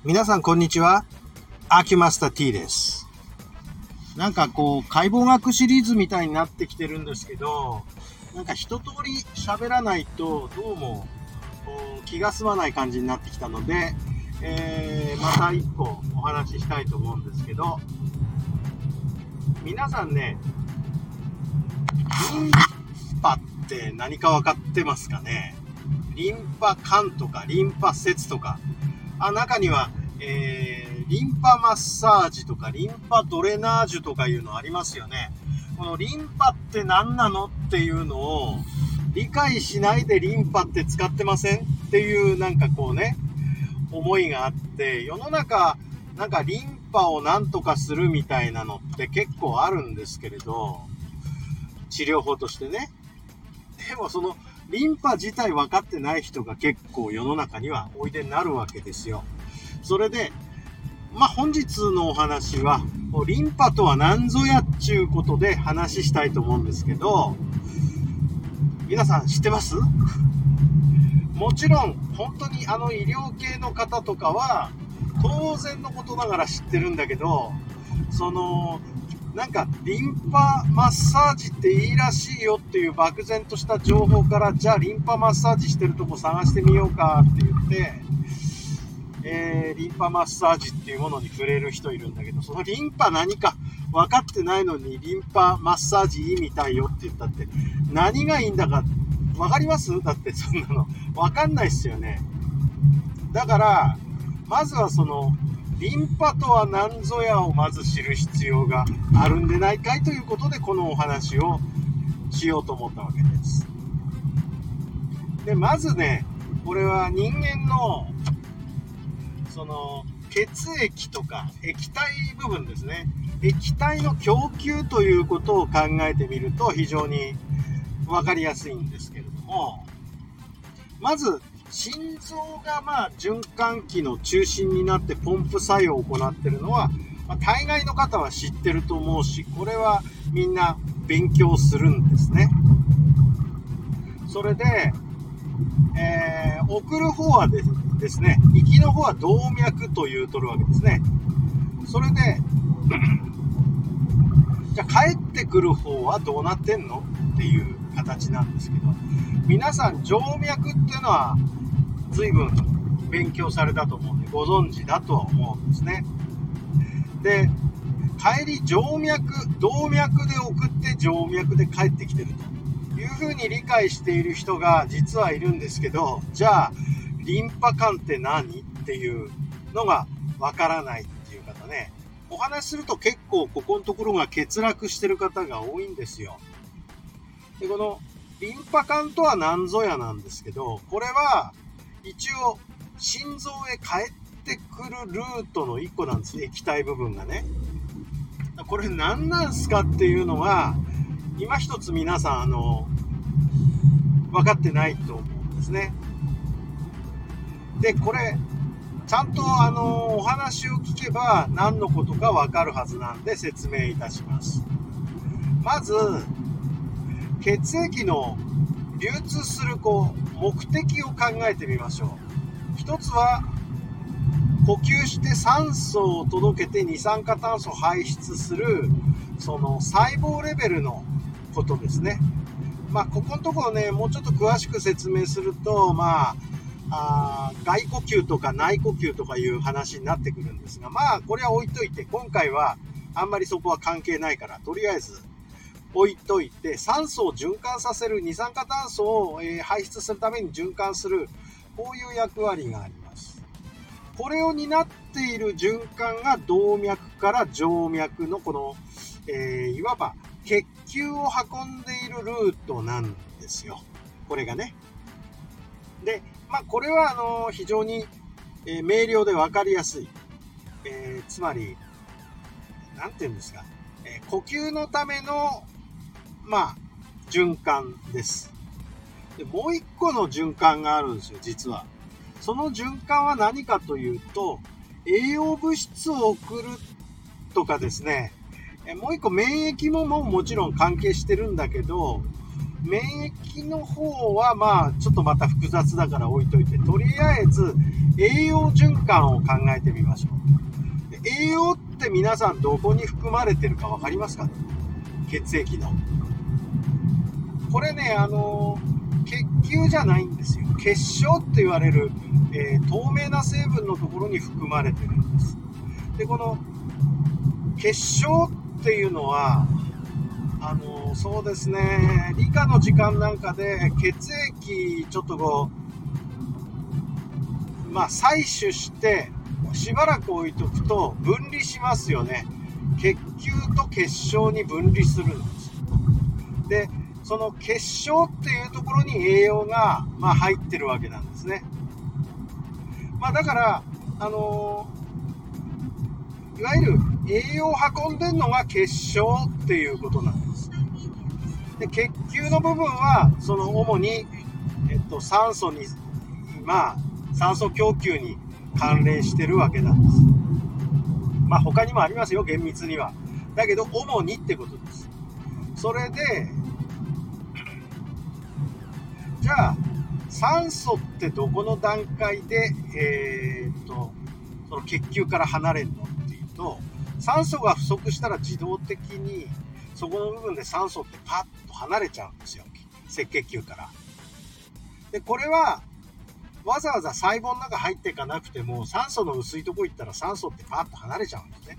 皆さんこんにちは。アキュマスター T です。なんか解剖学シリーズみたいになってきてるんですけど、なんか一通り喋らないとどうも気が済まない感じになってきたので、また一個お話ししたいと思うんですけど、皆さんね、リンパって何か分かってますかね？リンパ管とかリンパ節とか、中には、リンパマッサージとかリンパドレナージュとかいうのありますよね。このリンパって何なのっていうのを理解しないでリンパって使ってませんっていう思いがあって、世の中なんかリンパをなんとかするみたいなのって結構あるんですけれど、治療法としてね。でもそのリンパ自体分かってない人が結構世の中にはおいでになるわけですよ。それで本日のお話はリンパとは何ぞやっちゅうことで話したいと思うんですけど、皆さん知ってます？もちろん本当に医療系の方とかは当然のことながら知ってるんだけど、なんかリンパマッサージっていいらしいよっていう漠然とした情報から、じゃあリンパマッサージしてるとこ探してみようかって言って、リンパマッサージっていうものに触れる人いるんだけど、そのリンパ何か分かってないのにリンパマッサージいいみたいよって言ったって何がいいんだか分かります？だってそんなの分かんないっすよね。だからまずはリンパとは何ぞやをまず知る必要があるんでないかいということで、このお話をしようと思ったわけです。で、まずね、これは人間の血液とか液体部分ですね。液体の供給ということを考えてみると非常に分かりやすいんですけれども、まず心臓が循環器の中心になってポンプ作用を行っているのは、大概の方は知ってると思うし、これはみんな勉強するんですね。それで、送る方はですね、行きの方は動脈というとるわけですね。それでじゃあ帰ってくる方はどうなってんのっていう形なんですけど、皆さん静脈っていうのは随分勉強されたと思うんでご存知だとは思うんですね。で、帰り動脈で送って静脈で帰ってきてるというふうに理解している人が実はいるんですけど、じゃあリンパ管って何っていうのがわからないっていう方ね、お話しすると結構ここのところが欠落してる方が多いんですよ。で、このリンパ管とは何ぞやなんですけど、これは一応心臓へ帰ってくるルートの一個なんですね、液体部分がね。これ何なんすかっていうのは今一つ皆さん分かってないと思うんですね。で、これちゃんとお話を聞けば何のことか分かるはずなんで説明いたします。まず血液の流通する目的を考えてみましょう。一つは呼吸して酸素を届けて二酸化炭素を排出する細胞レベルのことですね。ここのところね、もうちょっと詳しく説明すると外呼吸とか内呼吸とかいう話になってくるんですが、これは置いといて、今回はあんまりそこは関係ないから、とりあえず置いといて、酸素を循環させる、二酸化炭素を排出するために循環する、こういう役割があります。これを担っている循環が動脈から静脈のいわば血球を運んでいるルートなんですよ、これがね。で、これは非常に明瞭で分かりやすい、つまりなんていうんですか、呼吸のための循環です。で、もう一個の循環があるんですよ、実は。その循環は何かというと、栄養物質を送るとかですね、もう一個免疫ももちろん関係してるんだけど、免疫の方はちょっとまた複雑だから置いといて、とりあえず栄養循環を考えてみましょう。栄養って皆さんどこに含まれてるか分かりますかね？血液の。これね、血球じゃないんですよ。結晶って言われる、透明な成分のところに含まれてるんです。で、この結晶っていうのは、そうですね、理科の時間なんかで血液ちょっと採取してしばらく置いとくと分離しますよね。血球と結晶に分離するんです。で、その結晶っていうところに栄養が、入ってるわけなんですね。だから、いわゆる栄養を運んでるのが結晶っていうことなんです。で、血球の部分はその主に、酸素に、酸素供給に関連してるわけなんです。他にもありますよ、厳密には。だけど主にってことです。それで、じゃあ酸素ってどこの段階で、その血球から離れるのっていうと、酸素が不足したら自動的にそこの部分で酸素ってパッと離れちゃうんですよ、赤血球から。で、これはわざわざ細胞の中入っていかなくても、酸素の薄いとこ行ったら酸素ってパッと離れちゃうんですね。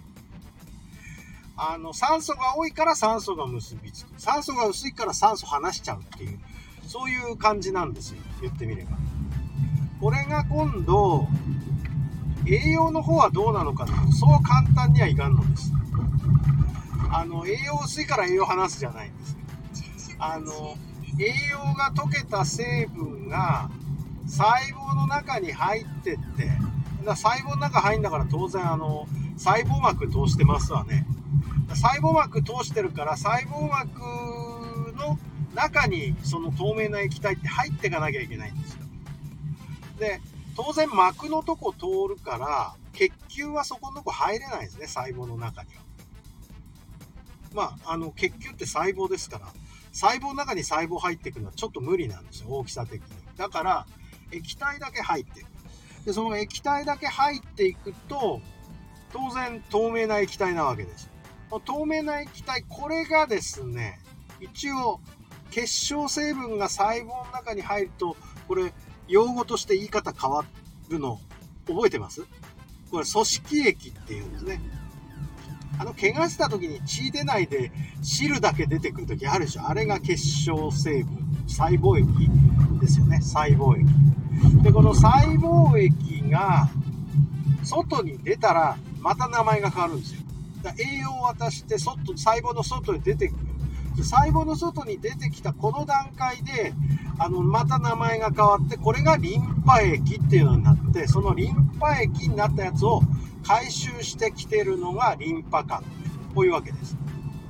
酸素が多いから酸素が結びつく、酸素が薄いから酸素離しちゃうっていう、そういう感じなんですよ、言ってみれば。これが今度栄養の方はどうなのかというと、そう簡単にはいかんのです。栄養薄いから栄養離すじゃないんです。栄養が溶けた成分が細胞の中に入ってって、細胞の中入んだから当然細胞膜通してますわね。細胞膜通してるから細胞膜の中にその透明な液体って入っていかなきゃいけないんですよ。で、当然膜のとこ通るから血球はそこのとこ入れないんですね、細胞の中には。血球って細胞ですから、細胞の中に細胞入っていくのはちょっと無理なんですよ、大きさ的に。だから液体だけ入っていく。で、その液体だけ入っていくと当然透明な液体なわけです。透明な液体、これがですね、一応結晶成分が細胞の中に入ると、これ用語として言い方変わるの覚えてます？これ組織液っていうんですね。怪我した時に血出ないで汁だけ出てくる時あるでしょ。あれが結晶成分、細胞液ですよね。細胞液で、この細胞液が外に出たらまた名前が変わるんですよ。栄養を渡して細胞の外に出てくる。細胞の外に出てきたこの段階でまた名前が変わって、これがリンパ液っていうのになって、そのリンパ液になったやつを回収してきてるのがリンパ管、こういうわけです。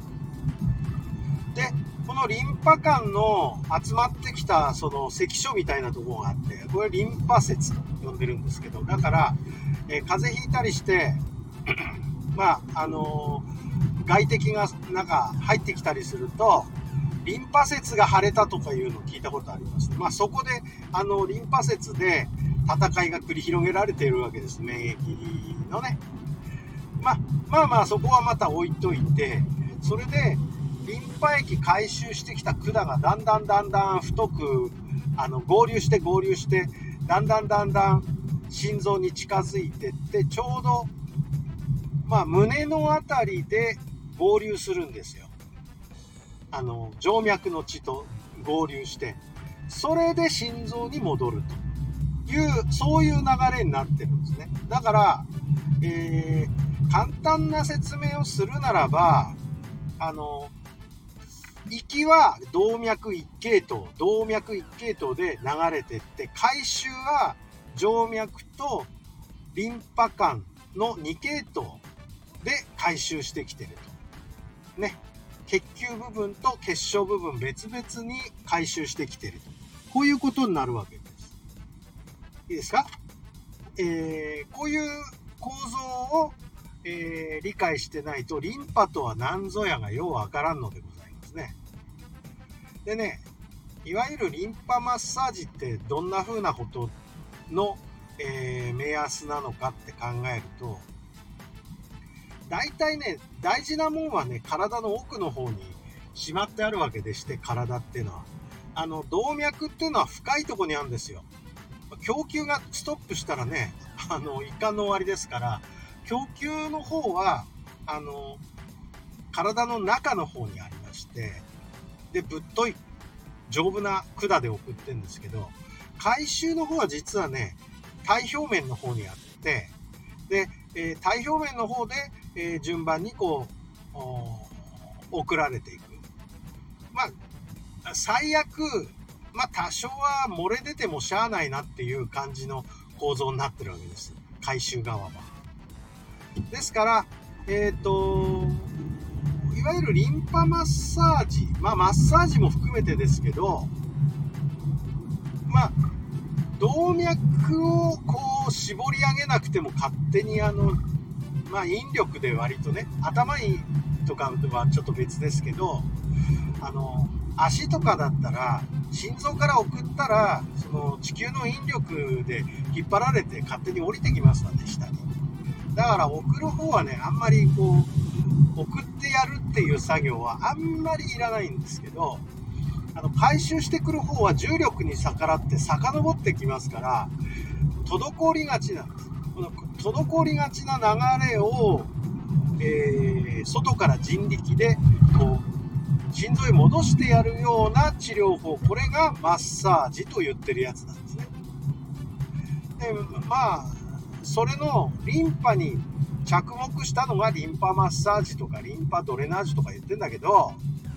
で、このリンパ管の集まってきたその関所みたいなところがあって、これリンパ節と呼んでるんですけど、だから、風邪ひいたりして外敵が中入ってきたりするとリンパ節が腫れたとかいうのを聞いたことあります。そこでリンパ節で戦いが繰り広げられているわけです、免疫のね。そこはまた置いといて、それでリンパ液回収してきた管がだんだん太く合流してだんだん心臓に近づいてって、ちょうど胸のあたりで合流するんですよ。静脈の血と合流して、それで心臓に戻るという、そういう流れになってるんですね。だから、簡単な説明をするならば、行きは動脈1系統で流れてって、回収は静脈とリンパ管の2系統で回収してきてるとね。血球部分と結晶部分別々に回収してきてると、こういうことになるわけです。いいですか？こういう構造を、理解してないとリンパとは何ぞやがようわからんのでございますね。でね、いわゆるリンパマッサージってどんな風なことの、 目安なのかって考えると、大体ね、大事なもんはね、体の奥の方にしまってあるわけでして、体っていうのは。動脈っていうのは深いところにあるんですよ。供給がストップしたらね、一貫の終わりですから、供給の方は、体の中の方にありまして、で、ぶっとい、丈夫な管で送ってるんですけど、回収の方は実はね、体表面の方にあって、で、体表面の方で、順番にこう、送られていく。まあ、最悪、まあ多少は漏れ出てもしゃあないなっていう感じの構造になってるわけです。回収側は。ですから、いわゆるリンパマッサージ、まあマッサージも含めてですけど、まあ、動脈をこう絞り上げなくても勝手にまあ引力で割とね、頭にとかはちょっと別ですけど、足とかだったら、心臓から送ったら、その地球の引力で引っ張られて勝手に降りてきますので、下に。だから送る方はね、あんまりこう、送ってやるっていう作業はあんまりいらないんですけど、回収してくる方は重力に逆らって遡ってきますから、滞りがちなんです。この滞りがちな流れを、外から人力でこう心臓へ戻してやるような治療法、これがマッサージと言ってるやつなんですね。で、まあそれのリンパに着目したのがリンパマッサージとかリンパドレナージとか言ってんだけど、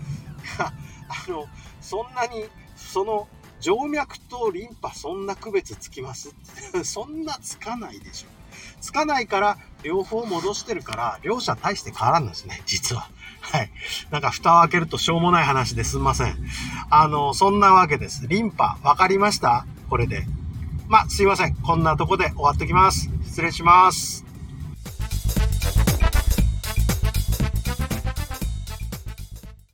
そんなにその静脈とリンパそんな区別つきますそんなつかないでしょ。つかないから両方戻してるから、両者大して変わらんのですね、実は。はい。なんか蓋を開けるとしょうもない話ですんません。そんなわけです。リンパ、わかりました？これで。まあ、すいません。こんなとこで終わってきます。失礼します。